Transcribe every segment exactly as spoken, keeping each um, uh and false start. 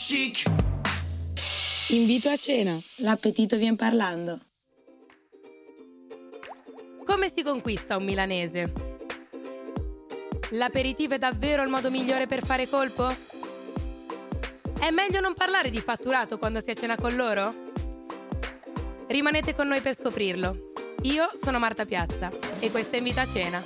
chic. Invito a cena, l'appetito vien parlando. Come si conquista un milanese? L'aperitivo è davvero il modo migliore per fare colpo? È meglio non parlare di fatturato quando si è a cena con loro? Rimanete con noi per scoprirlo. Io sono Marta Piazza e questo è Invito a cena.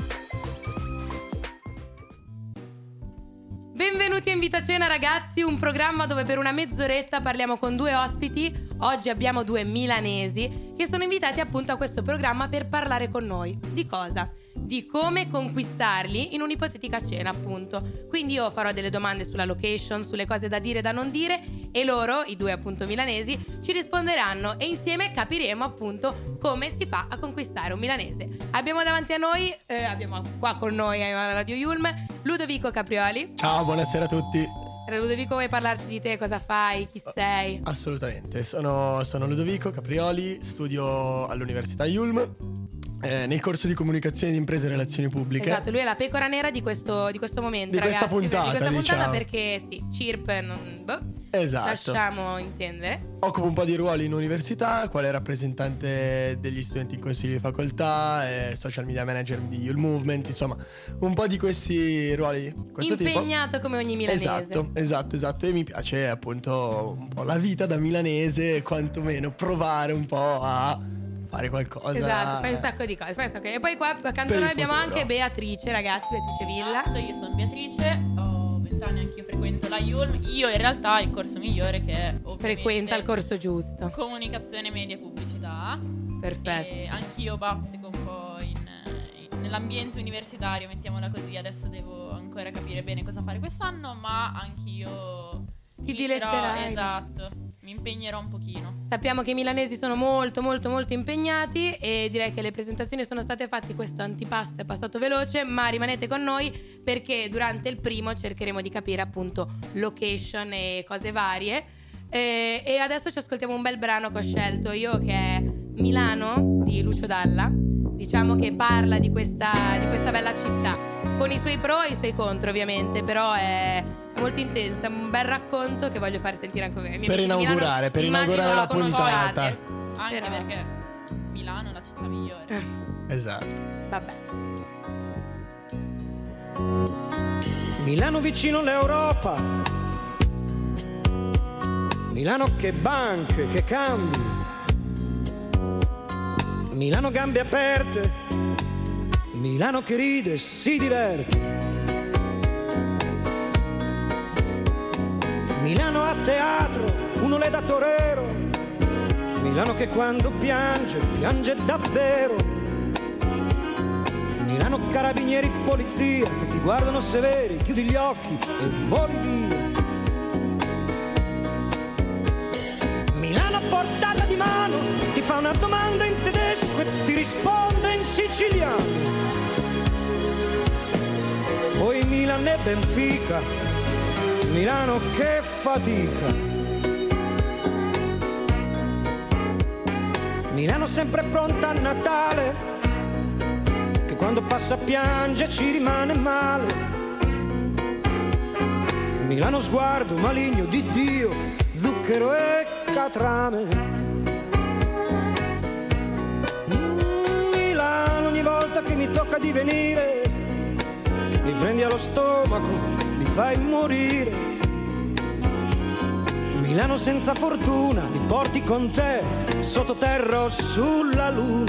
Benvenuti a Invito a cena ragazzi, un programma dove per una mezz'oretta parliamo con due ospiti. Oggi abbiamo due milanesi che sono invitati appunto a questo programma per parlare con noi. Di cosa? Di come conquistarli in un'ipotetica cena appunto. Quindi io farò delle domande sulla location, sulle cose da dire e da non dire e loro, i due appunto milanesi, ci risponderanno e insieme capiremo appunto come si fa a conquistare un milanese. Abbiamo davanti a noi, eh, abbiamo qua con noi alla Radio Yulm, Ludovico Caprioli. Ciao, buonasera a tutti. Ludovico, vuoi parlarci di te? Cosa fai? Chi sei? Assolutamente, sono, sono Ludovico Caprioli, studio all'Università Yulm. Eh, nel corso di comunicazione di imprese e relazioni pubbliche. Esatto, lui è la pecora nera di questo, di questo momento, di ragazzi. Questa puntata, di questa puntata diciamo. Perché sì, Cirp non, boh, esatto. lasciamo intendere. Occupo un po' di ruoli in università, quale rappresentante degli studenti in consiglio di facoltà, eh, social media manager di Yule Movement, insomma, un po' di questi ruoli questo impegnato tipo. Come ogni milanese. Esatto, esatto, esatto. E mi piace appunto un po' la vita da milanese, quantomeno provare un po' a fare qualcosa. Esatto, fai un sacco di cose, fai un sacco di... E poi qua accanto a noi abbiamo futuro. Anche Beatrice, ragazzi, Beatrice Villa. Esatto, io sono Beatrice, ho vent'anni, anch'io frequento la Yulm. Io in realtà il corso migliore che è frequenta il corso giusto. Comunicazione, media e pubblicità. Perfetto. E anch'io bazzico un po' in, in, nell'ambiente universitario, mettiamola così. Adesso devo ancora capire bene cosa fare quest'anno, ma anch'io ti inizierò, diletterai. Esatto. Mi impegnerò un pochino. Sappiamo che i milanesi sono molto molto molto impegnati e direi che le presentazioni sono state fatte. Questo antipasto è passato veloce, ma rimanete con noi perché durante il primo cercheremo di capire appunto location e cose varie. E, e adesso ci ascoltiamo un bel brano che ho scelto io, che è Milano di Lucio Dalla. Diciamo che parla di questa, di questa bella città, con i suoi pro e i suoi contro ovviamente, però è molto intensa, un bel racconto che voglio fare sentire anche a me. Per inaugurare, per inaugurare la puntata. Anche però... perché Milano è la città migliore. Esatto. Vabbè. Milano vicino all'Europa, Milano che banche, che cambi, Milano gambe aperte, Milano che ride e si diverte, Milano a teatro, uno le da torero, Milano che quando piange, piange davvero, Milano carabinieri, polizia che ti guardano severi, chiudi gli occhi e voli via, Milano a portata di mano, ti fa una domanda in tedesco e ti risponde in siciliano. Poi Milan e Benfica, Milano che fatica. Milano sempre pronta a Natale, che quando passa piange ci rimane male. Milano sguardo maligno di Dio, zucchero e catrame. Milano ogni volta che mi tocca di venire, mi prendi allo stomaco, mi fai morire. Milano senza fortuna, mi porti con te, sottoterra o sulla luna.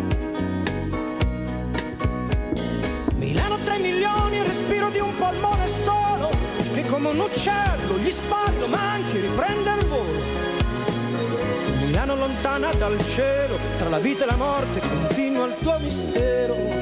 Milano tre milioni, il respiro di un polmone solo, che come un uccello gli spari, lo manchi, riprende il volo. Milano lontana dal cielo, tra la vita e la morte continua il tuo mistero.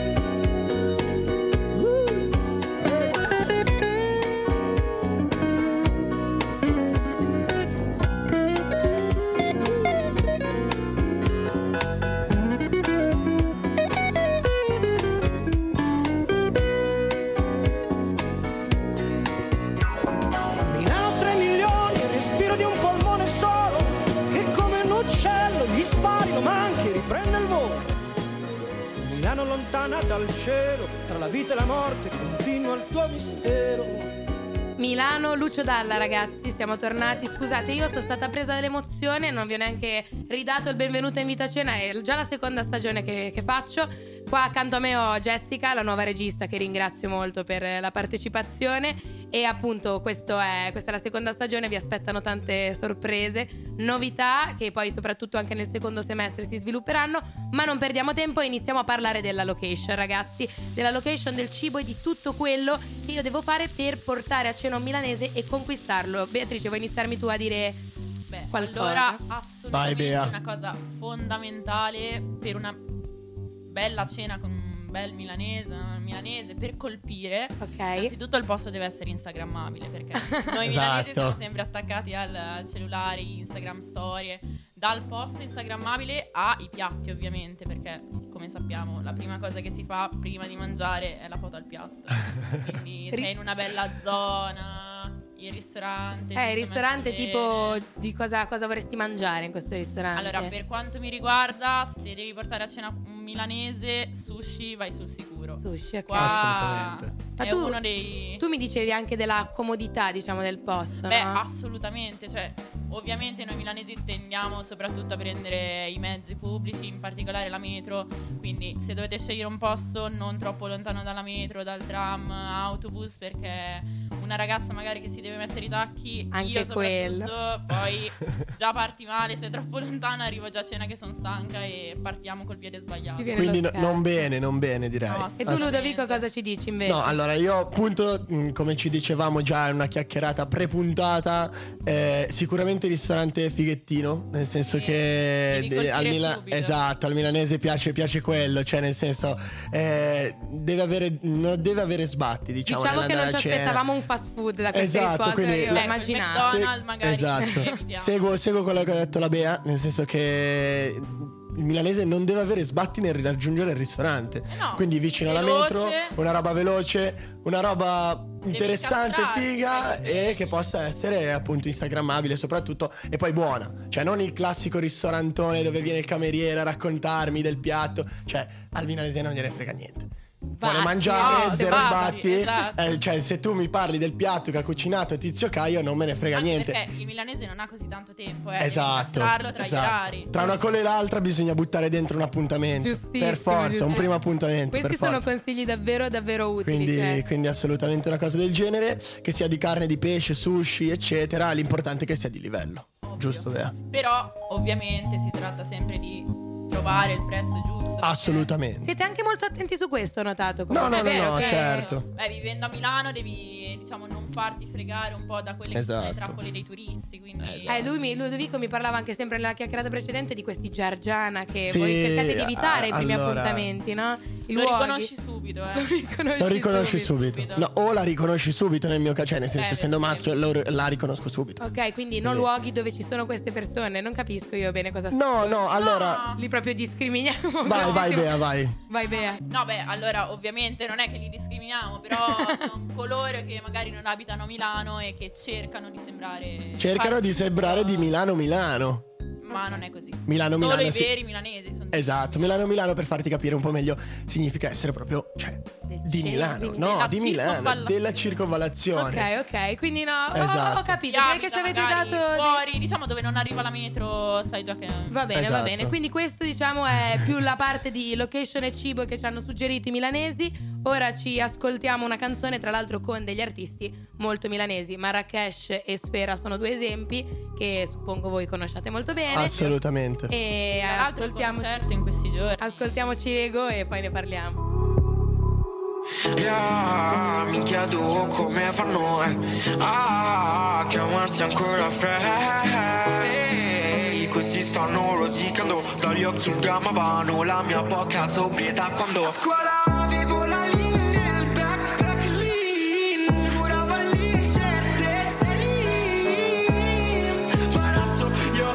Lontana dal cielo, tra la vita e la morte continua il tuo mistero. Milano, Lucio Dalla, ragazzi, siamo tornati. Scusate, io sono stata presa dall'emozione, non vi ho neanche ridato il benvenuto a Invito a Cena, è già la seconda stagione che, che faccio. Qua accanto a me ho Jessica, la nuova regista, che ringrazio molto per la partecipazione. E appunto questo è, questa è la seconda stagione, vi aspettano tante sorprese, novità che poi soprattutto anche nel secondo semestre si svilupperanno. Ma non perdiamo tempo e iniziamo a parlare della location, ragazzi. Della location, del cibo e di tutto quello che io devo fare per portare a cena un milanese e conquistarlo. Beatrice, vuoi iniziarmi tu a dire Beh, qualcosa? allora assolutamente Vai, Bea. una cosa fondamentale per una bella cena con un bel milanese, un milanese per colpire. Ok. Innanzitutto il posto deve essere instagrammabile, perché noi Esatto. milanesi siamo sempre attaccati al cellulare, Instagram, storie. Dal post instagrammabile ai piatti, ovviamente, perché come sappiamo la prima cosa che si fa prima di mangiare è la foto al piatto. Quindi sei in una bella zona, il ristorante. Eh, il tutto ristorante messo tipo bene. di cosa, cosa vorresti mangiare in questo ristorante? Allora, per quanto mi riguarda, se devi portare a cena un milanese, sushi, vai sul sicuro. Sushi, ok. Qua Assolutamente. Ma è tu- uno dei... Tu mi dicevi anche della comodità, diciamo, del posto, Beh, no? assolutamente, cioè ovviamente noi milanesi tendiamo soprattutto a prendere i mezzi pubblici, in particolare la metro, quindi se dovete scegliere un posto non troppo lontano dalla metro, dal tram, autobus, perché una ragazza magari che si deve mettere i tacchi, Anche io quello. soprattutto, poi già parti male, sei troppo lontano, arrivo già a cena che sono stanca e partiamo col piede sbagliato. Ti viene Quindi lo no- scherzo. non bene, non bene direi. No, E tu, assolutamente. Ludovico, cosa ci dici invece? No, allora io appunto, mh, come ci dicevamo già in una chiacchierata prepuntata, eh, sicuramente il ristorante fighettino, nel senso Sì, che devi de- colpire al Mila- subito. esatto, al milanese piace, piace quello, cioè nel senso eh, deve avere, non deve avere sbatti, diciamo, Diciamo che non ci nell'andare a cena. aspettavamo un fast food da questa Esatto, risposta, quindi io la- ho Ecco, il immaginato. McDonald's magari esatto. evitiamo. seguo, seguo quello che ha detto la Bea, nel senso che il milanese non deve avere sbatti nel raggiungere il ristorante. Eh no, Quindi vicino alla veloce. metro, una roba veloce, una roba interessante, incastrarti, figa poi- e che possa essere appunto instagrammabile soprattutto, e poi buona. Cioè non il classico ristorantone dove viene il cameriere a raccontarmi del piatto. Cioè al milanese non gliene frega niente. Vuole Sbatti. mangiare, No, zero sbatti, sbatti. esatto. Eh, cioè se tu mi parli del piatto che ha cucinato Tizio Caio non me ne frega Anche niente. perché il milanese non ha così tanto tempo, eh, devi Esatto, incastrarlo tra esatto. gli orari. Tra una colla e l'altra bisogna buttare dentro un appuntamento. Giustissimo, Per forza, giustissimo. un primo appuntamento. Questi per sono forza. consigli davvero davvero utili, Quindi, cioè. quindi assolutamente una cosa del genere, che sia di carne, di pesce, sushi, eccetera. L'importante è che sia di livello. Ovvio. Giusto, Bea? Però ovviamente si tratta sempre di trovare il prezzo giusto. Assolutamente. Siete anche molto attenti su questo, ho notato. No, no, È no, vero no, che- certo. Beh, vivendo a Milano devi, diciamo, non farti fregare un po' da quelle che sono le Esatto. trappole dei turisti, quindi... Esatto. Eh, lui mi, Ludovico mi parlava anche sempre nella chiacchierata precedente di questi Giargiana che Sì, voi cercate di evitare ai a- primi allora- appuntamenti, no? I Lo luoghi. riconosci subito, eh. Lo riconosci, Lo riconosci subito. subito. No, o la riconosci subito nel mio caso, cioè nel senso, Eh, essendo per maschio, lo- la riconosco subito. Ok, quindi non Quindi- luoghi dove ci sono queste persone. Non capisco io bene cosa No, no, allora. No. Li proprio discriminiamo. Vai, No. vai, Bea, vai. Vai, Bea. No, beh, allora ovviamente non è che li discriminiamo, però sono coloro che magari non abitano a Milano e che cercano di sembrare... Cercano farsi di sembrare di un po'- Milano, Milano. Ma non è così. Milano, Solo Milano, i sì. veri milanesi sono di Esatto, Milano Milano, per farti capire un po' meglio, significa essere proprio, cioè, Del di centro, Milano, di- no, della di Milano, circonvallazione. della circonvallazione. Ok, ok, quindi no, ho- ho, Esatto. capito. Chi Direi che abita ci avete magari dato dei- fuori, diciamo dove non arriva la metro, sai già che... Va bene, va Esatto. bene. Quindi questo diciamo è più la parte di location e cibo che ci hanno suggerito i milanesi. Ora ci ascoltiamo una canzone, tra l'altro con degli artisti molto milanesi. Marrakesh e Sfera sono due esempi che suppongo voi conosciate molto bene. Assolutamente. E Tra l'altro il ascoltiamoci, concerto in questi giorni. ascoltiamoci Ego e poi ne parliamo. Yeah, mi chiedo come fanno eh. a chiamarsi ancora fratelli. Questi stanno rosicando, dagli occhi sgamavano la mia poca sobrietà quando a scuola avevo la linea nel backpack lean, curavo l'incertezza lì, imbarazzo io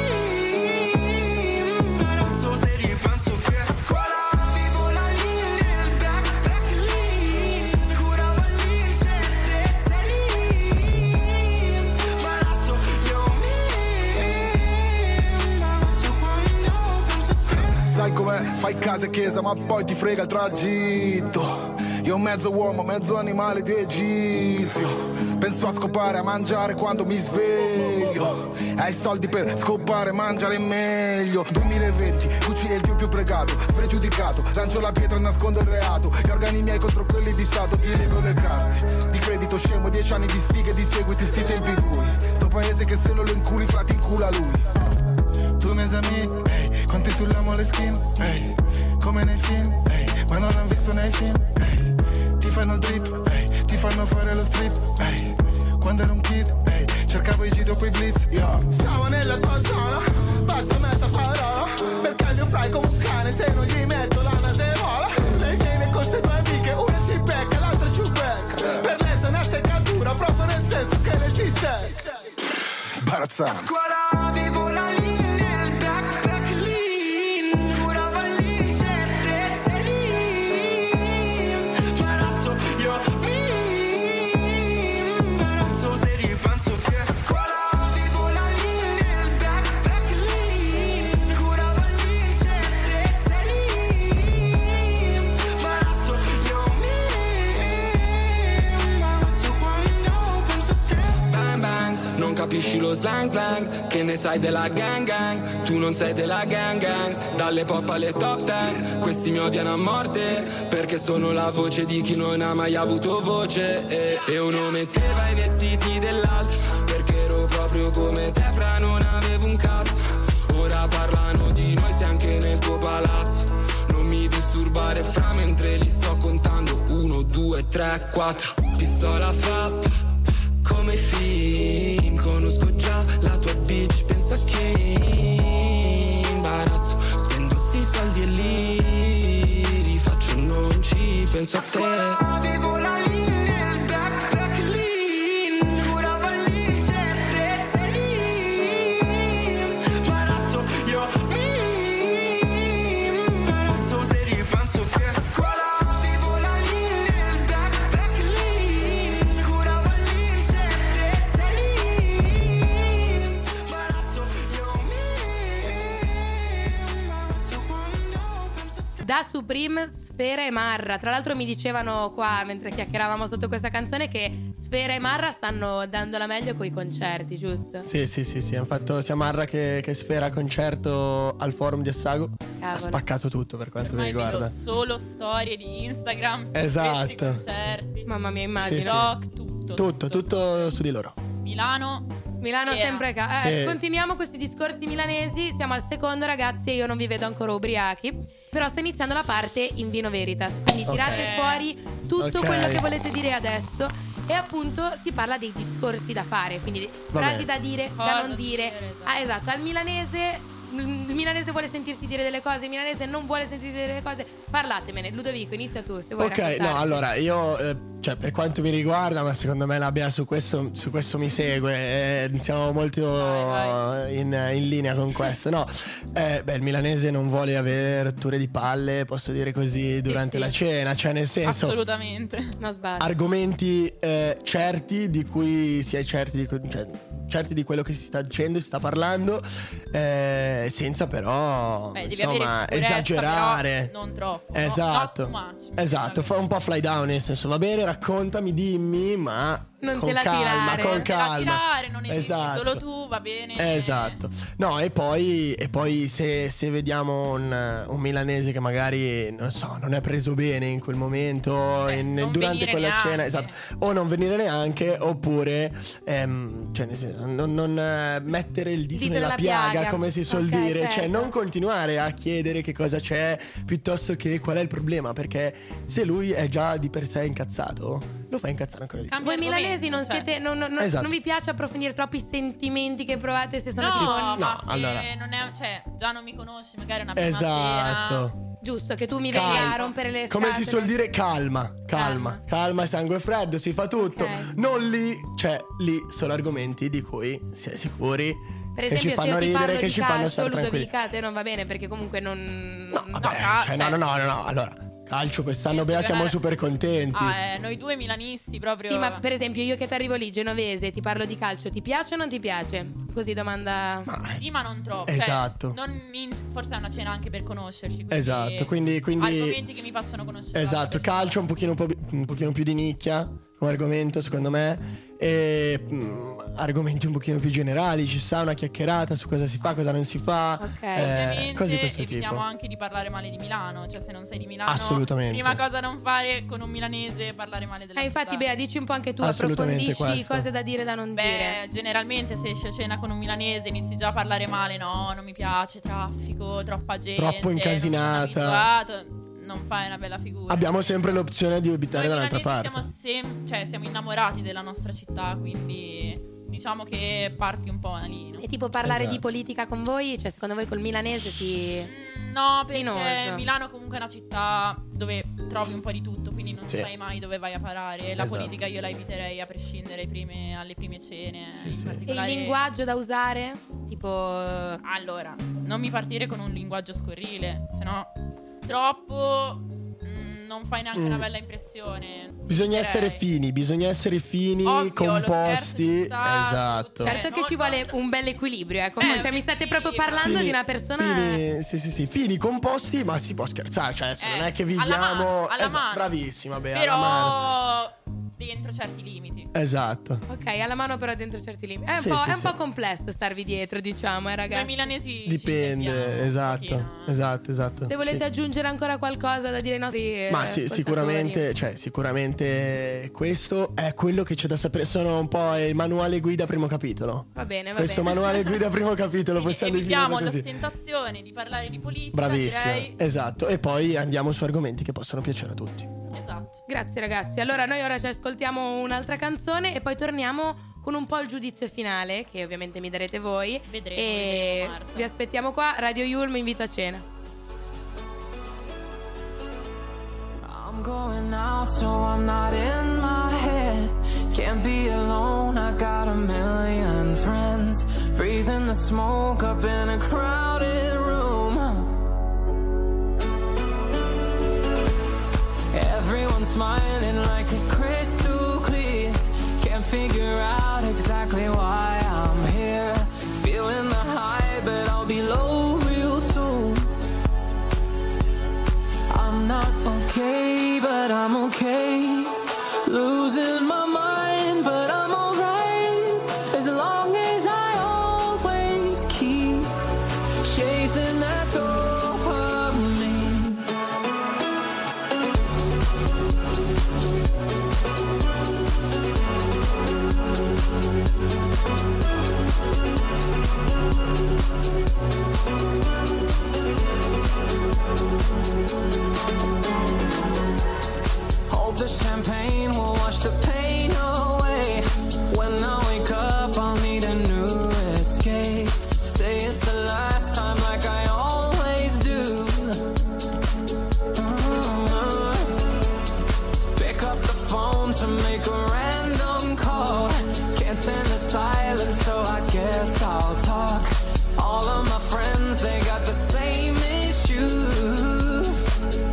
mi imbarazzo se ripenso che a scuola avevo la linea nel backpack lean, curavo l'incertezza lì, imbarazzo io mi imbarazzo quando penso che Sai com'è? Fai casa e chiesa ma poi ti frega il tragitto. Io mezzo uomo, mezzo animale di egizio. Penso a scopare, a mangiare quando mi sveglio. Hai soldi per scopare, mangiare meglio. duemilaventi, Gucci è il più più pregato, spregiudicato. Lancio la pietra e nascondo il reato. Gli organi miei contro quelli di Stato. Ti leggo le carte di credito scemo, dieci anni di sfighe, di seguiti, sti tempi lui. Sto paese che se non lo inculi, frati incula lui. Tu mes amis, hey, quanti sulla Moleskine, hey, come nei film, hey, ma non l'hanno visto nei film, hey. Ti fanno il drip, hey, ti fanno fare lo strip, hey. Quando ero un kid, hey, cercavo i G dopo i blitz, yeah. Siamo nella tua zona, basta mezza parola, perché il mio fly come un cane, se non gli metto la nasevola. Lei viene con ste due amiche, una ci becca, l'altra ci becca. Per lei sono una seccatura, proprio nel senso che lei si secca. Imbarazzante. A scuola avevo la linea nel backpack lean, curavo l'incertezza lì. Imbarazzo, io mi imbarazzo se ripenso che a scuola avevo la linea nel backpack lean, curavo l'incertezza lì. Imbarazzo, io mi imbarazzo quando penso a te. Bang bang, non capisci lo slang slang, che ne sai della gang gang, tu non sei della gang gang, dalle pop alle top ten, questi mi odiano a morte, perché sono la voce di chi non ha mai avuto voce, e, e uno metteva i vestiti dell'altro, perché ero proprio come te, fra non avevo un cazzo, ora parlano di noi, sei anche nel tuo palazzo, non mi disturbare fra mentre li sto contando, uno, due, tre, quattro, pistola fap, come film, conosco già la tua bitch, pensa che imbarazzo, spendo sti soldi e li rifaccio, non ci penso a te. Avevo la linea nel backpack lean, curavo l'incertezza lì. Imbarazzo, io mi imbarazzo se ripenso che a scuola avevo la linea nel backpack lean, curavo l'incertezza lì. Imbarazzo, io mi imbarazzo quando penso a te. Da Supreme, Sfera e Marra. Tra l'altro mi dicevano qua, mentre chiacchieravamo sotto questa canzone, che Sfera e Marra stanno dando la meglio coi concerti, giusto? Sì, sì, sì, sì. Hanno fatto sia Marra che, che Sfera concerto al forum di Assago. Ha Cavolo. spaccato tutto per quanto mi Ormai riguarda. vedo solo storie di Instagram su Esatto. questi concerti. Mamma mia, immagino. Sì, sì. Rock, tutto, Tutto, tutto su di loro. Milano. Milano Yeah. sempre ca- eh, Sì. Continuiamo questi discorsi milanesi. Siamo al secondo, ragazzi, e io non vi vedo ancora ubriachi. Però sta iniziando la parte in Vino Veritas. Quindi tirate Ok. fuori tutto Ok. quello che volete dire adesso. E appunto si parla dei discorsi da fare. Quindi Va frasi bene. da dire, Cosa da non da dire. dire, esatto. Ah, esatto. Al milanese. Il milanese vuole sentirsi dire delle cose, il milanese non vuole sentirsi dire delle cose. Parlatemene. Ludovico, inizia tu, se vuoi Ok, raccontarci. no, allora io, eh, cioè, per quanto mi riguarda, ma secondo me la Bea su questo, su questo mi segue, eh, siamo molto Vai, In, in linea con questo. No, eh, beh, il milanese non vuole avere rotture di palle, posso dire così, durante sì. la cena, cioè nel senso, Assolutamente. Non sbaglio. argomenti eh, certi di cui si è certi di, cui- cioè, certi di quello che si sta dicendo, si sta parlando, eh, senza però Beh, devi insomma avere sicurezza, esagerare. però non troppo. no? Esatto, Not too much, esatto, fa un po' fly down, nel senso va bene, raccontami, dimmi, ma Non con te la calma, tirare. con Non te la calma. tirare, non esisti Esatto. solo tu, va bene. Esatto. No, e poi, e poi se, se vediamo un, un milanese che magari, non so, non è preso bene in quel momento, Eh, in- non durante venire quella neanche. cena, esatto, o non venire neanche, oppure ehm, cioè, nel senso, non, non, eh, mettere il dito, Dito nella nella piaga, piaga. come si suol Ok, dire, certo. cioè non continuare a chiedere che cosa c'è piuttosto che qual è il problema, perché se lui è già di per sé incazzato, lo fa incazzare ancora di più. Cambia Voi milanesi non, argomento, cioè. siete, non, non- Esatto. non vi piace approfondire troppo i sentimenti che provate se sono No, tipo- no, ma se allora. non è, cioè, già non mi conosci, magari una prima cena. Esatto. Giusto, che tu mi vedi Calma. a rompere le Come si scatole. suol dire, calma, calma, Calma. calma e sangue freddo, si fa tutto. Ok. Non lì, cioè lì sono argomenti di cui si è sicuri Per che esempio, ci fanno se io ti ridere, parlo che di ci fanno calcio, stare tranquilli. Ludovica, a te non va bene perché comunque non... No, vabbè, ca- cioè, cioè- no, no, no, no, allora Calcio quest'anno, Bea, Secondo siamo me- super contenti. Ah, eh, noi due milanisti proprio. Sì, ma per esempio io che ti arrivo lì, genovese, ti parlo di calcio, ti piace o non ti piace? Così domanda... Ma- Sì, ma non troppo. Esatto. Cioè, non in- forse è una cena anche per conoscerci. Quindi Esatto, quindi- quindi- argomenti che mi facciano conoscere. Esatto, l'altra persona. calcio un pochino, un po' un pochino più di nicchia come argomento, secondo me. E mm, argomenti un pochino più generali, ci sta una chiacchierata su cosa si fa, cosa non si fa. Ok. eh, Ovviamente cose di questo evitiamo tipo. anche di parlare male di Milano. Cioè, se non sei di Milano, Assolutamente. prima cosa da non fare con un milanese è parlare male della Eh, città. infatti Bea, dici un po' anche tu, Assolutamente approfondisci questo. cose da dire e da non dire. Beh, generalmente se esci a cena con un milanese inizi già a parlare male. No, non mi piace, traffico, troppa gente, Troppo non sono incasinata. abituato. Non fai una bella figura. Abbiamo sempre l'opzione di abitare Noi dall'altra milanesi parte. siamo, sem- cioè, siamo innamorati della nostra città, quindi diciamo che parti un po' lì, no? E tipo parlare Esatto. di politica con voi, cioè secondo voi col milanese si... Mm, No, perché Spinoso. Milano comunque è una città dove trovi un po' di tutto, quindi non Sì. sai mai dove vai a parare. La Esatto. politica io la eviterei a prescindere ai prime- alle prime cene. Sì, in sì. E il particolare- linguaggio da usare? Tipo... Allora, non mi partire con un linguaggio scurrile, se no troppo mm, non fai neanche Mm. una bella impressione. Bisogna Direi. essere fini, bisogna essere fini, Ovvio, lo scherzo composti. ci sta, Esatto. cioè, Certo che no, ci vuole contro- un bel equilibrio, ecco. Eh, cioè mi state sì, proprio ma- parlando Fini- di una persona... fini, sì, sì, sì, fini, composti, ma si può scherzare. Cioè, adesso Eh, non è che alla viviamo. mano, alla Esatto, mano. bravissima, Bea, alla mano. Però dentro certi limiti. Esatto. Ok, alla mano però dentro certi limiti. È un, Sì, po', sì, è un sì. po' complesso starvi dietro, diciamo, eh Noi ragazzi. milanesi ci Dipende, intendiamo un esatto, pochino. esatto, esatto. Se volete Sì. aggiungere ancora qualcosa da dire ai nostri eh, Ma sì, ascoltatori. sicuramente, cioè, sicuramente questo è quello che c'è da sapere. Sono un po' il manuale guida primo capitolo. Va bene, va Questo bene. manuale guida primo capitolo Quindi possiamo evitiamo definirlo così. l'ostentazione di parlare di politica. Bravissimo, Direi. esatto. E poi andiamo su argomenti che possono piacere a tutti. Esatto. Grazie ragazzi. Allora noi ora ci ascoltiamo un'altra canzone e poi torniamo con un po' il giudizio finale, che ovviamente mi darete voi. Vedremo, E vedremo, Marta. vi aspettiamo qua. Radio Yulm invita a cena. I'm going out, so I'm not in my head. Can't be alone, I got a million friends. Breathing the smoke up in a crowded room. Everyone's smiling like it's crystal clear. Can't figure out exactly why I'm here. Feeling the high, but I'll be low real soon. I'm not okay, but I'm okay. Losing my mind, but I'm alright. As long as I always keep chasing that dopamine. Hope the champagne will wash the pain away. When I wake up, I'll need a new escape. Say it's the last time, like I always do. Uh, Pick up the phone to make a random call. Can't stand the silence, so I guess I'll talk. All of my friends, they got the same issues.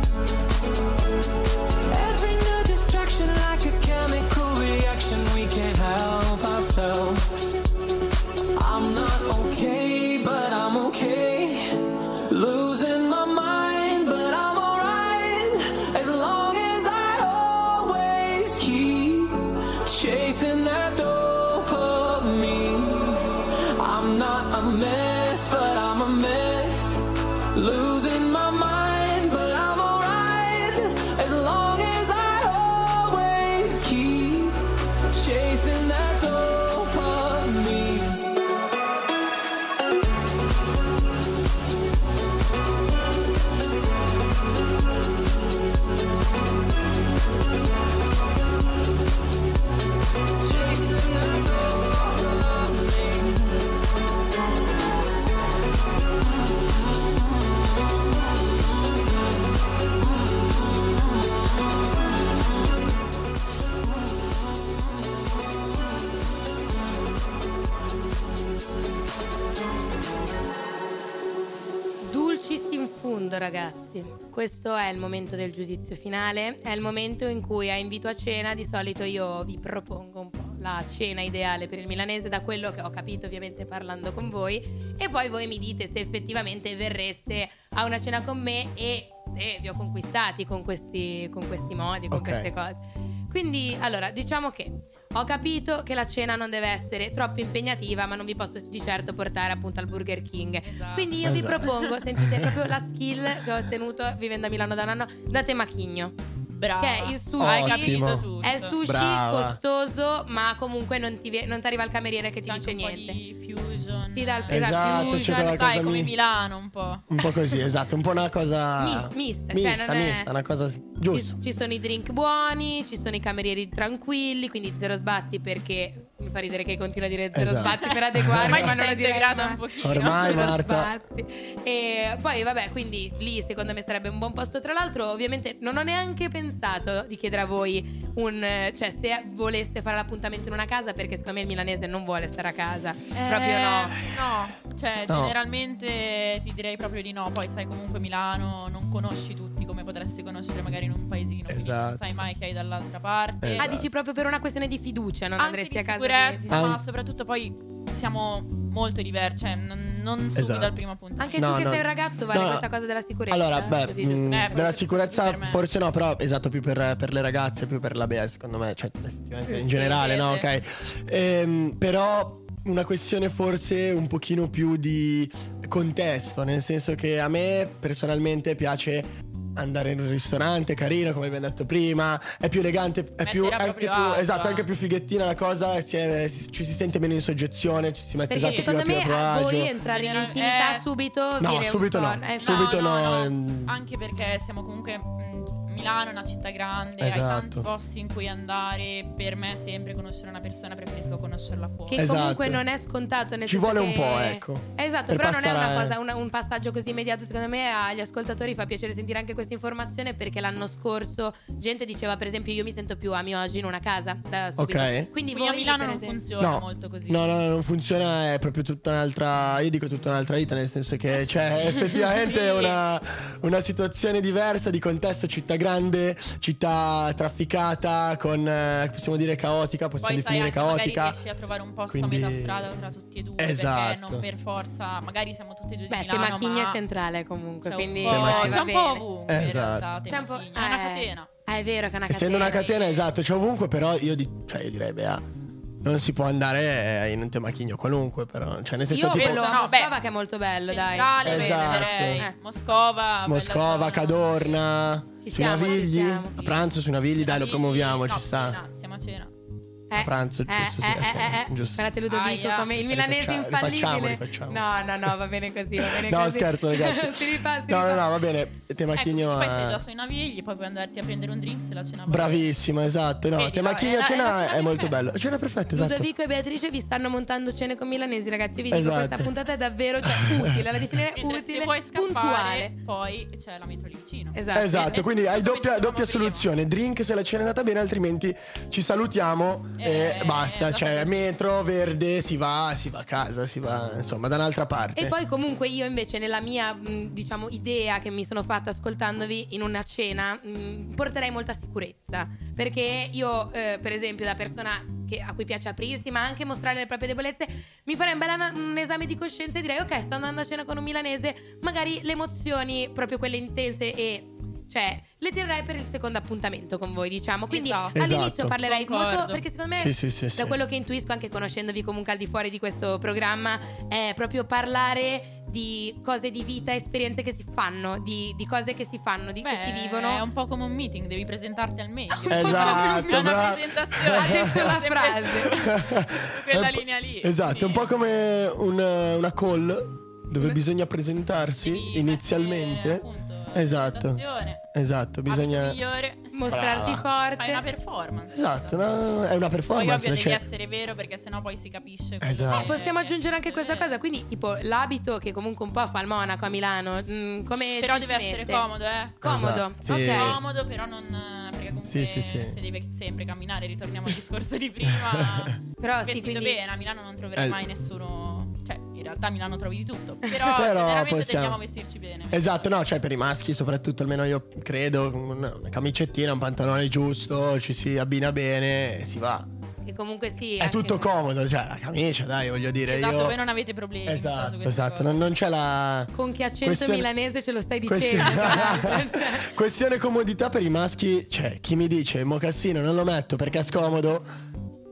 Every new distraction like a chemical reaction. We can't help ourselves. I'm not okay, but I'm okay. Losing my mind, but I'm alright. As long as I always keep chasing that dopamine. secondo, ragazzi. Questo è il momento del giudizio finale. È il momento in cui a invito a cena di solito io vi propongo un po' la cena ideale per il milanese, da quello che ho capito ovviamente parlando con voi, e poi voi mi dite se effettivamente verreste a una cena con me e se vi ho conquistati con questi, con questi modi, con Ok. queste cose. Quindi, allora, diciamo che ho capito che la cena non deve essere troppo impegnativa, ma non vi posso di certo portare appunto al Burger King. Esatto. Quindi io vi Esatto. propongo, sentite proprio la skill che ho ottenuto vivendo a Milano da un anno, da Temachigno. Brava. Che è il sushi. Hai Ottimo. capito tutto. È il sushi Brava. costoso, ma comunque non ti, ve- non ti arriva il cameriere che ti C'è dice anche un po' niente. di fusion. Ti dà il Esatto, fusion, c'è quella Sai, cosa come mi- Milano un po'. Un po' così, esatto, un po' una cosa Mis- mista, cioè mista, non è- mista, una cosa Ci, giusta. ci sono i drink buoni, ci sono i camerieri tranquilli, quindi zero sbatti, perché mi fa ridere che continua a dire zero Esatto. sbatti per adeguarmi, Ormai ma ti non sei lo direi integrata mai. un pochino. Ormai Zero Marta. sbatti. E poi vabbè, quindi lì secondo me sarebbe un buon posto. Tra l'altro ovviamente non ho neanche pensato di chiedere a voi un, cioè se voleste fare l'appuntamento in una casa, perché secondo me il milanese non vuole stare a casa. Eh, Proprio no. No, cioè No. generalmente ti direi proprio di no. Poi sai, comunque Milano non conosci tutti come potresti conoscere magari in un paesino. Quindi Esatto. non sai mai che hai dall'altra parte. Esatto. Ah, dici proprio per una questione di fiducia, non Anche andresti di a casa sicurezza, di- ma An- soprattutto poi siamo molto diversi, cioè non, non subito Esatto. al primo appuntamento. Anche No, tu che no. sei un ragazzo vale No, no. questa cosa della sicurezza? Allora, beh, Così, giusto? mh, Eh, forse della più sicurezza per me. forse no, però esatto, più per, per le ragazze, più per la Bea, secondo me, cioè effettivamente in Sì, generale, no, vede. ok. Ehm, però una questione forse un pochino più di contesto, nel senso che a me personalmente piace andare in un ristorante carino, come abbiamo detto prima, è più elegante, è Mettere più, a anche proprio più agio, esatto, anche eh. più fighettina la cosa, si è- si- ci si sente meno in soggezione, ci si mette Perché esatto secondo più a me proprio a agio. voi entrare in General- intimità eh, subito No, viene subito un po', no. eh, Subito no, no, no, no. ehm. Anche perché siamo comunque mh, Milano è una città grande, hai Esatto. tanti posti in cui andare. Per me sempre conoscere una persona, preferisco conoscerla fuori. che Esatto. comunque non è scontato, nel Ci senso vuole un che- po', ecco. Esatto, Per però non è una passare- cosa, una- un passaggio così immediato. Secondo me agli ascoltatori fa piacere sentire anche questa informazione, perché l'anno scorso gente diceva, per esempio, io mi sento più a mio agio in una casa da subito. Ok. Quindi Quindi voi a Milano per non esempio- funziona No. molto così. No, no, no, non funziona, è proprio tutta un'altra. Io dico tutta un'altra vita, nel senso che c'è effettivamente Sì. una, una situazione diversa di contesto, città grande, città trafficata, con eh, possiamo dire caotica, possiamo Poi sai definire anche magari caotica. riesci a trovare un posto Quindi- a metà strada tra tutti e due. Esatto. Perché non per forza, magari siamo tutti e due di Beh, Milano, Temachigno ma è centrale comunque, c'è quindi un po', Temachigno. c'è un po' va bene. ovunque in Esatto. realtà. C'è un po'- Temachigno, è una eh, catena. ah, è vero che è una Essendo una catena. catena, esatto, c'è ovunque, però io, di- cioè, io direi, Bea, non si può andare in un temachigno qualunque, però. Cioè, nel senso, Io tipo. quello a no, Moscova beh, che è molto bello, dai. Centrale, Esatto. vedrei. Eh. Moscova, bella Moscova, zona. Cadorna, Ci sui siamo, ci Navigli, siamo. a pranzo sui Navigli, dai, lo Navigli, promuoviamo, no, ci sta. cena, siamo a cena. Eh, A pranzo, giusto, sì, eh, sì, eh, eh, giusto. Guardate Ludovico Aia. come il milanese Rifacciamo, infallibile. rifacciamo, rifacciamo. No, no, no, va bene così, va bene No, così. scherzo, ragazzi. si rifà, si No, no, rifà. no, va bene. Ecco, Temachigno poi sei è già sui Navigli, poi puoi andarti a prendere un drink se la cena va bravissimo, esatto. No, Vedi, Temachigno no, è a la- cena è la è, cena molto perfetta. bello. Cena perfetta, esatto. Ludovico e Beatrice vi stanno montando cene con milanesi, ragazzi. Io vi dico, Esatto. questa puntata è davvero, cioè, utile, la definire Mentre utile, se vuoi scappare, puntuale. poi c'è la metro lì vicino. Esatto. Esatto, Eh, quindi hai come doppia, dicevamo doppia prima. soluzione. Drink se la cena è andata bene, altrimenti ci salutiamo e Eh, basta. esatto. Cioè, metro, verde, si va, si va a casa, si va insomma da un'altra parte. E poi comunque io invece nella mia mh, diciamo idea che mi sono fatta ascoltandovi in una cena mh, porterei molta sicurezza, perché io eh, per esempio da persona che, a cui piace aprirsi ma anche mostrare le proprie debolezze, mi farei un bel ana- un esame di coscienza e direi ok, sto andando a cena con un milanese, magari le emozioni proprio quelle intense e cioè le terrei per il secondo appuntamento con voi, diciamo. Quindi Esatto. all'inizio Esatto. parlerei molto, Concordo. perché secondo me Sì, sì, sì, da sì. quello che intuisco anche conoscendovi comunque al di fuori di questo programma è proprio parlare di cose di vita, esperienze che si fanno, di, di cose che si fanno, di Beh, che si vivono. È un po' come un meeting, devi presentarti al meglio. Esatto, È una bravo. presentazione. Ha detto la Sempre frase. su quella linea lì. Esatto, è un po' Quindi come un- una call dove bisogna presentarsi devi inizialmente. mettere, appunto, la Esatto. presentazione, Esatto, abito bisogna. migliore, Mostrarti Brava. fai una forte. performance. Esatto, no, è una Poi performance. ovvio devi cioè- essere vero, perché sennò poi si capisce come- Esatto. Eh, possiamo che- aggiungere anche questa cosa, quindi tipo l'abito che comunque un po' fa il monaco a Milano, mh, come Però ci deve si essere mette? comodo, eh. Comodo, Esatto, sì. ok. Comodo, però non. Perché comunque Sì, sì, sì. si deve sempre camminare. Ritorniamo al discorso di prima. Però sì, Vestito quindi bene, a Milano non troverai Eh. mai nessuno. Cioè, in realtà a Milano trovi di tutto. Però, Però generalmente possiamo- tendiamo a vestirci bene. Esatto, no, cioè per i maschi soprattutto, almeno io credo, una una camicettina, un pantalone giusto, ci si abbina bene e si va. Che comunque sì. È anche- tutto comodo, cioè la camicia, dai, voglio dire. Esatto, io... voi non avete problemi. so, su Esatto, queste esatto, cose. non, non c'è la... Con che accento Questione- milanese ce lo stai Questione... dicendo? Cioè, Questione comodità per i maschi, cioè chi mi dice il mocassino non lo metto perché è scomodo,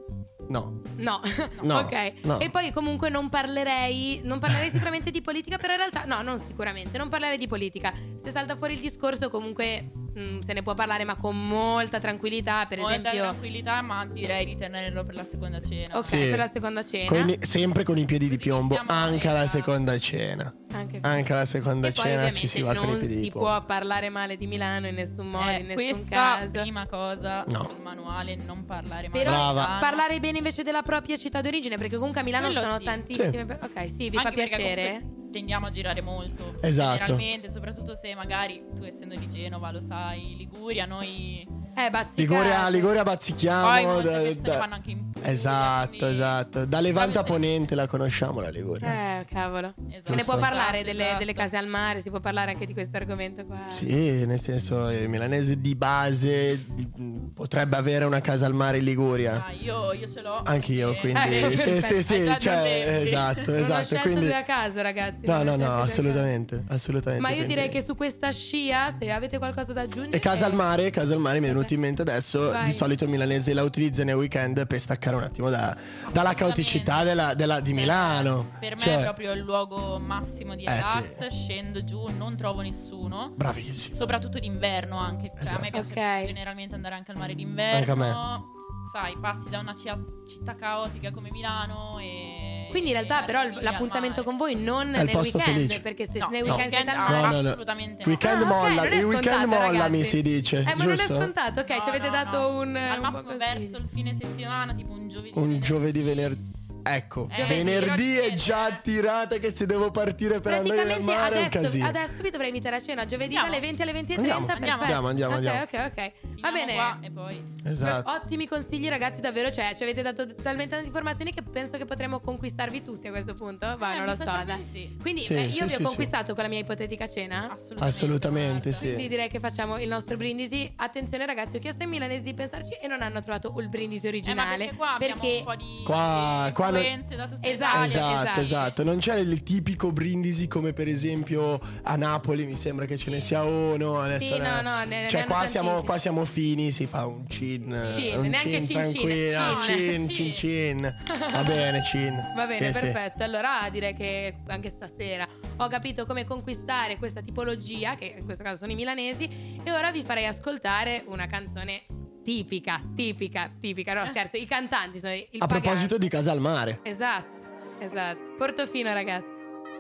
no. No. No, ok. no. E poi comunque non parlerei, non parlerei sicuramente di politica, però in realtà no, non sicuramente, non parlerei di politica. Se salta fuori il discorso comunque mh, se ne può parlare, ma con molta tranquillità, per Molta esempio. tranquillità, ma direi di tenerlo per la seconda cena. Ok, Sì. per la seconda cena. Con i- sempre con i piedi di Così piombo, iniziamo anche alla esatto. seconda cena. Anche, Anche alla seconda e poi cena ovviamente ci si va con i non piedi si di piombo. può parlare male di Milano in nessun modo, Eh, in nessun questa caso. prima cosa No. sul manuale, non parlare male Però di Brava. Milano. parlare bene invece della propria città d'origine, perché comunque a Milano Quello sono sì. tantissime. pe- Ok, sì, vi Anche fa perché piacere? comunque tendiamo a girare molto. Esatto. Generalmente, soprattutto se magari tu essendo di Genova, lo sai, Liguria, noi Eh, bazzicato. Liguria, Liguria bazzichiamo. poi molte da- persone da- vanno anche in Puglia, Esatto, quindi- esatto. Da Levante a Però mi Ponente la conosciamo la Liguria. Eh, cavolo. Esatto. Se ne può Esatto, parlare delle, esatto. delle case al mare, si può parlare anche di questo argomento qua. Sì, nel senso il milanese di base mh, potrebbe avere una casa al mare in Liguria. Ah, io, io ce l'ho. Anche io, Eh, quindi Eh, sì, sì, sì, Hai già cioè, detto. esatto, Non ho esatto. scelto Quindi... due a caso, ragazzi. No, non ho no, scelto no, due a caso. assolutamente, assolutamente. Ma io quindi- direi che su questa scia, se avete qualcosa da aggiungere. E casa al eh, mare, casa al mare mi è venuto in mente adesso. Vai. Di solito il milanese la utilizza nei weekend per staccare un attimo da- dalla caoticità della, della- di Cioè, Milano. Per me Cioè, è proprio il luogo massimo di Eh, relax. Scendo giù, non trovo nessuno. Bravissimo. Soprattutto d'inverno anche. Cioè, a me Esatto. piace Ok. generalmente andare anche al mare Anche a d'inverno. Sai, passi da una cia- città caotica come Milano e. Quindi in realtà, e però, arrivi il- l'appuntamento al con mare. voi non È il nel posto weekend, felice. perché se No, nel no, weekend siete al weekend mare. No, no, no. assolutamente no. Weekend Ah, ok, molla, non è il weekend scontato, molla ragazzi. mi si dice. Eh, ma non è giusto? scontato, ok, No, ci avete no, dato no. un. Al un massimo po' così. verso il fine settimana, tipo un giovedì. Un venerdì. giovedì, venerdì. Ecco, Eh, venerdì è oggi già è- tirata che se devo partire per andare al Praticamente mare è un adesso, casino. adesso vi dovrei invitare a cena giovedì Andiamo. dalle venti alle venti e Andiamo, trenta. andiamo, perfetto. andiamo, andiamo, Ok, ok, ok. Va Finiamo bene. qua e poi. Esatto. Ottimi consigli, ragazzi, davvero. Cioè, ci avete dato talmente tante informazioni che penso che potremmo conquistarvi tutti a questo punto. Va, Eh, non mi lo sa so. proprio Dai. di sì. Quindi Sì, eh, io sì, vi sì, ho sì. conquistato con la mia ipotetica cena. Assolutamente. Assolutamente guarda. sì. Quindi direi che facciamo il nostro brindisi. Attenzione, ragazzi, ho chiesto ai milanesi di pensarci e non hanno trovato il brindisi Eh, ma originale. perché qua abbiamo perché un po' di Qua- qua non- influenze da tutte Esatto, le Esatto, Italie. esatto, non c'è il tipico brindisi come per esempio a Napoli, mi sembra che ce ne sia uno. Adesso Sì, ne- no, no, ne- ne cioè hanno qua siamo, tantissimi. qua siamo fini, si fa un cin, Cin, un neanche cin cin, tranquillo, cin. cin, Sì. cin, cin. Va bene, cin. Va bene, Sì, sì. perfetto. Allora direi che anche stasera ho capito come conquistare questa tipologia, che in questo caso sono i milanesi, e ora vi farei ascoltare una canzone tipica, tipica, tipica. No, scherzo, i cantanti sono il A Pagano. proposito di casa al mare. Esatto, esatto. Portofino, ragazzi.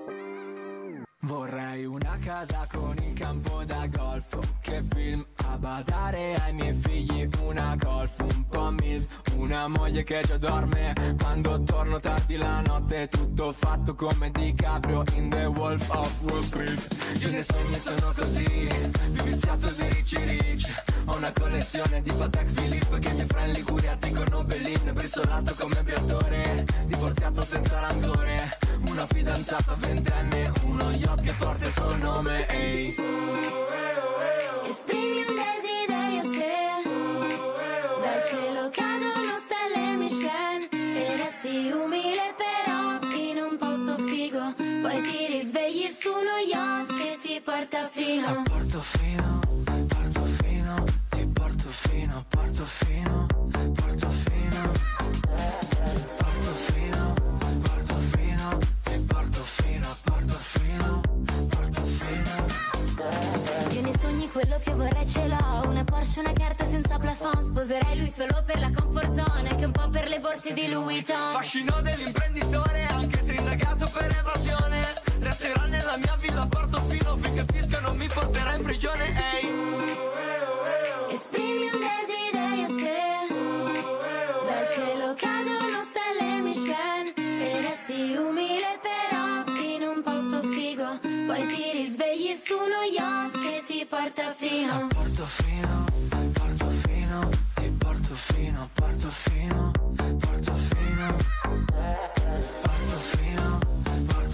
Vorrei una casa con il campo da golf. Che film a badare ai miei figli. Una golf, un po' milf. Una moglie che già dorme quando torno tardi la notte. Tutto fatto come DiCaprio in The Wolf of Wall Street. Io ne sogni sono così, più viziato di Ricci Rich. Ho una collezione di Patek Philippe che i miei friend Liguria dicono Bellin. Brizzolato come Briatore, divorziato senza rancore. Una fidanzata ventenne, uno yacht che porta il suo nome, ehi. Esprimi un desiderio se dal cielo cadono stelle Michelin e resti umile però in un posto figo. Poi ti risvegli su uno yacht che ti porta fino A Portofino, Portofino, ti porto fino, Portofino, Portofino. Portofino, Portofino, ti porto fino, a Portofino, Portofino. Io nei sogni quello che vorrei ce l'ho. Una Porsche, una carta senza plafond. Sposerei lui solo per la comfort zone, anche un po' per le borse di Louis Vuitton. Fascino dell'imprenditore, anche se indagato per evasione. Resterà nella mia villa a Portofino finché fisco non mi porterà in prigione, ehi. Esprimi un desiderio se dal cielo cadono stelle Michelin e resti umile però in un posto figo. Poi ti risvegli su uno yacht che ti porta fino. Portofino, Portofino, ti porto fino, Portofino, Portofino. Portofino, Portofino,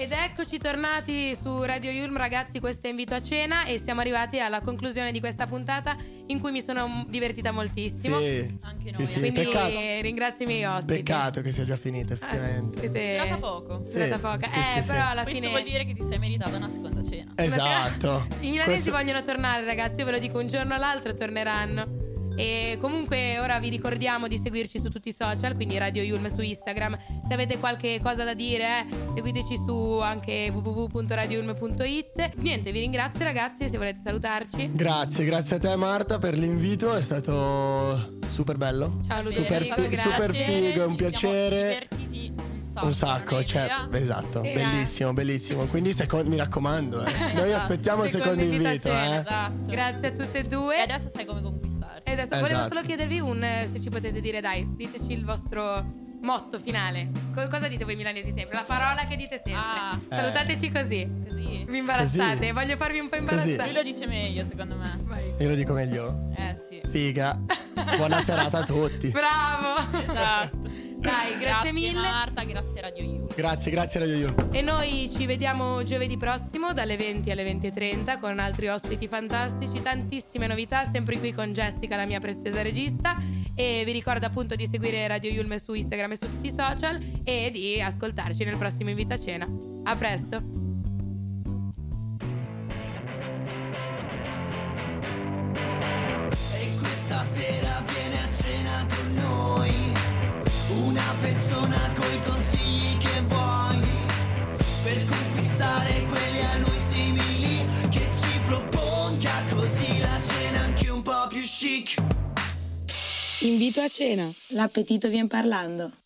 Ed eccoci tornati su Radio Yulm, ragazzi, questo è Invito a Cena e siamo arrivati alla conclusione di questa puntata in cui mi sono divertita moltissimo. Sì, Anche sì, noi. sì, Quindi peccato. ringrazio i miei ospiti. Peccato che sia già finita, Ah, effettivamente. siete... Durata poco. Durata Sì, poca. sì, eh, sì, però sì. alla Questo fine vuol dire che ti sei meritata una seconda cena. Esatto. I milanesi Questo- vogliono tornare, ragazzi, io ve lo dico, un giorno o l'altro torneranno. E comunque ora vi ricordiamo di seguirci su tutti i social, quindi Radio Yulm su Instagram. Se avete qualche cosa da dire, eh, seguiteci su anche w w w punto radio yulm punto i t. Niente, vi ringrazio ragazzi, se volete salutarci. Grazie, grazie a te Marta per l'invito, è stato super bello. Ciao Super, Ludovico, fi- grazie. super figo, è un Ci piacere. siamo divertiti un sacco. Un sacco, non hai cioè, idea. esatto, Eh, bellissimo, bellissimo. Quindi secondo, mi raccomando, eh. noi Esatto. aspettiamo il Secondo secondo invito a invito, cena, eh. Esatto. Grazie a tutte e due. E adesso sai come conquistarci. E adesso volevo Esatto. solo chiedervi un eh, se ci potete dire, dai, diteci il vostro motto finale. Co- cosa dite voi milanesi sempre? La parola che dite sempre. Ah. Salutateci così. Così. Vi imbarazzate, Così. voglio farvi un po' Così. Lui imbarazzare. lo dice meglio, secondo me. Vai. Io lo dico meglio. Eh sì. Figa. Buona serata a tutti. Bravo. Esatto. Dai, grazie mille. Marta, grazie Radio You. Grazie, grazie Radio Yulm. E noi ci vediamo giovedì prossimo dalle venti alle venti e trenta con altri ospiti fantastici, tantissime novità, sempre qui con Jessica, la mia preziosa regista. E vi ricordo appunto di seguire Radio Yulm su Instagram e su tutti i social e di ascoltarci nel prossimo Invito a Cena. A presto. E questa sera viene a cena con noi una persona coi consigli che vuoi per conquistare quelli a lui simili, che ci proponga così la cena anche un po' più chic. Invito a cena. L'appetito vien parlando.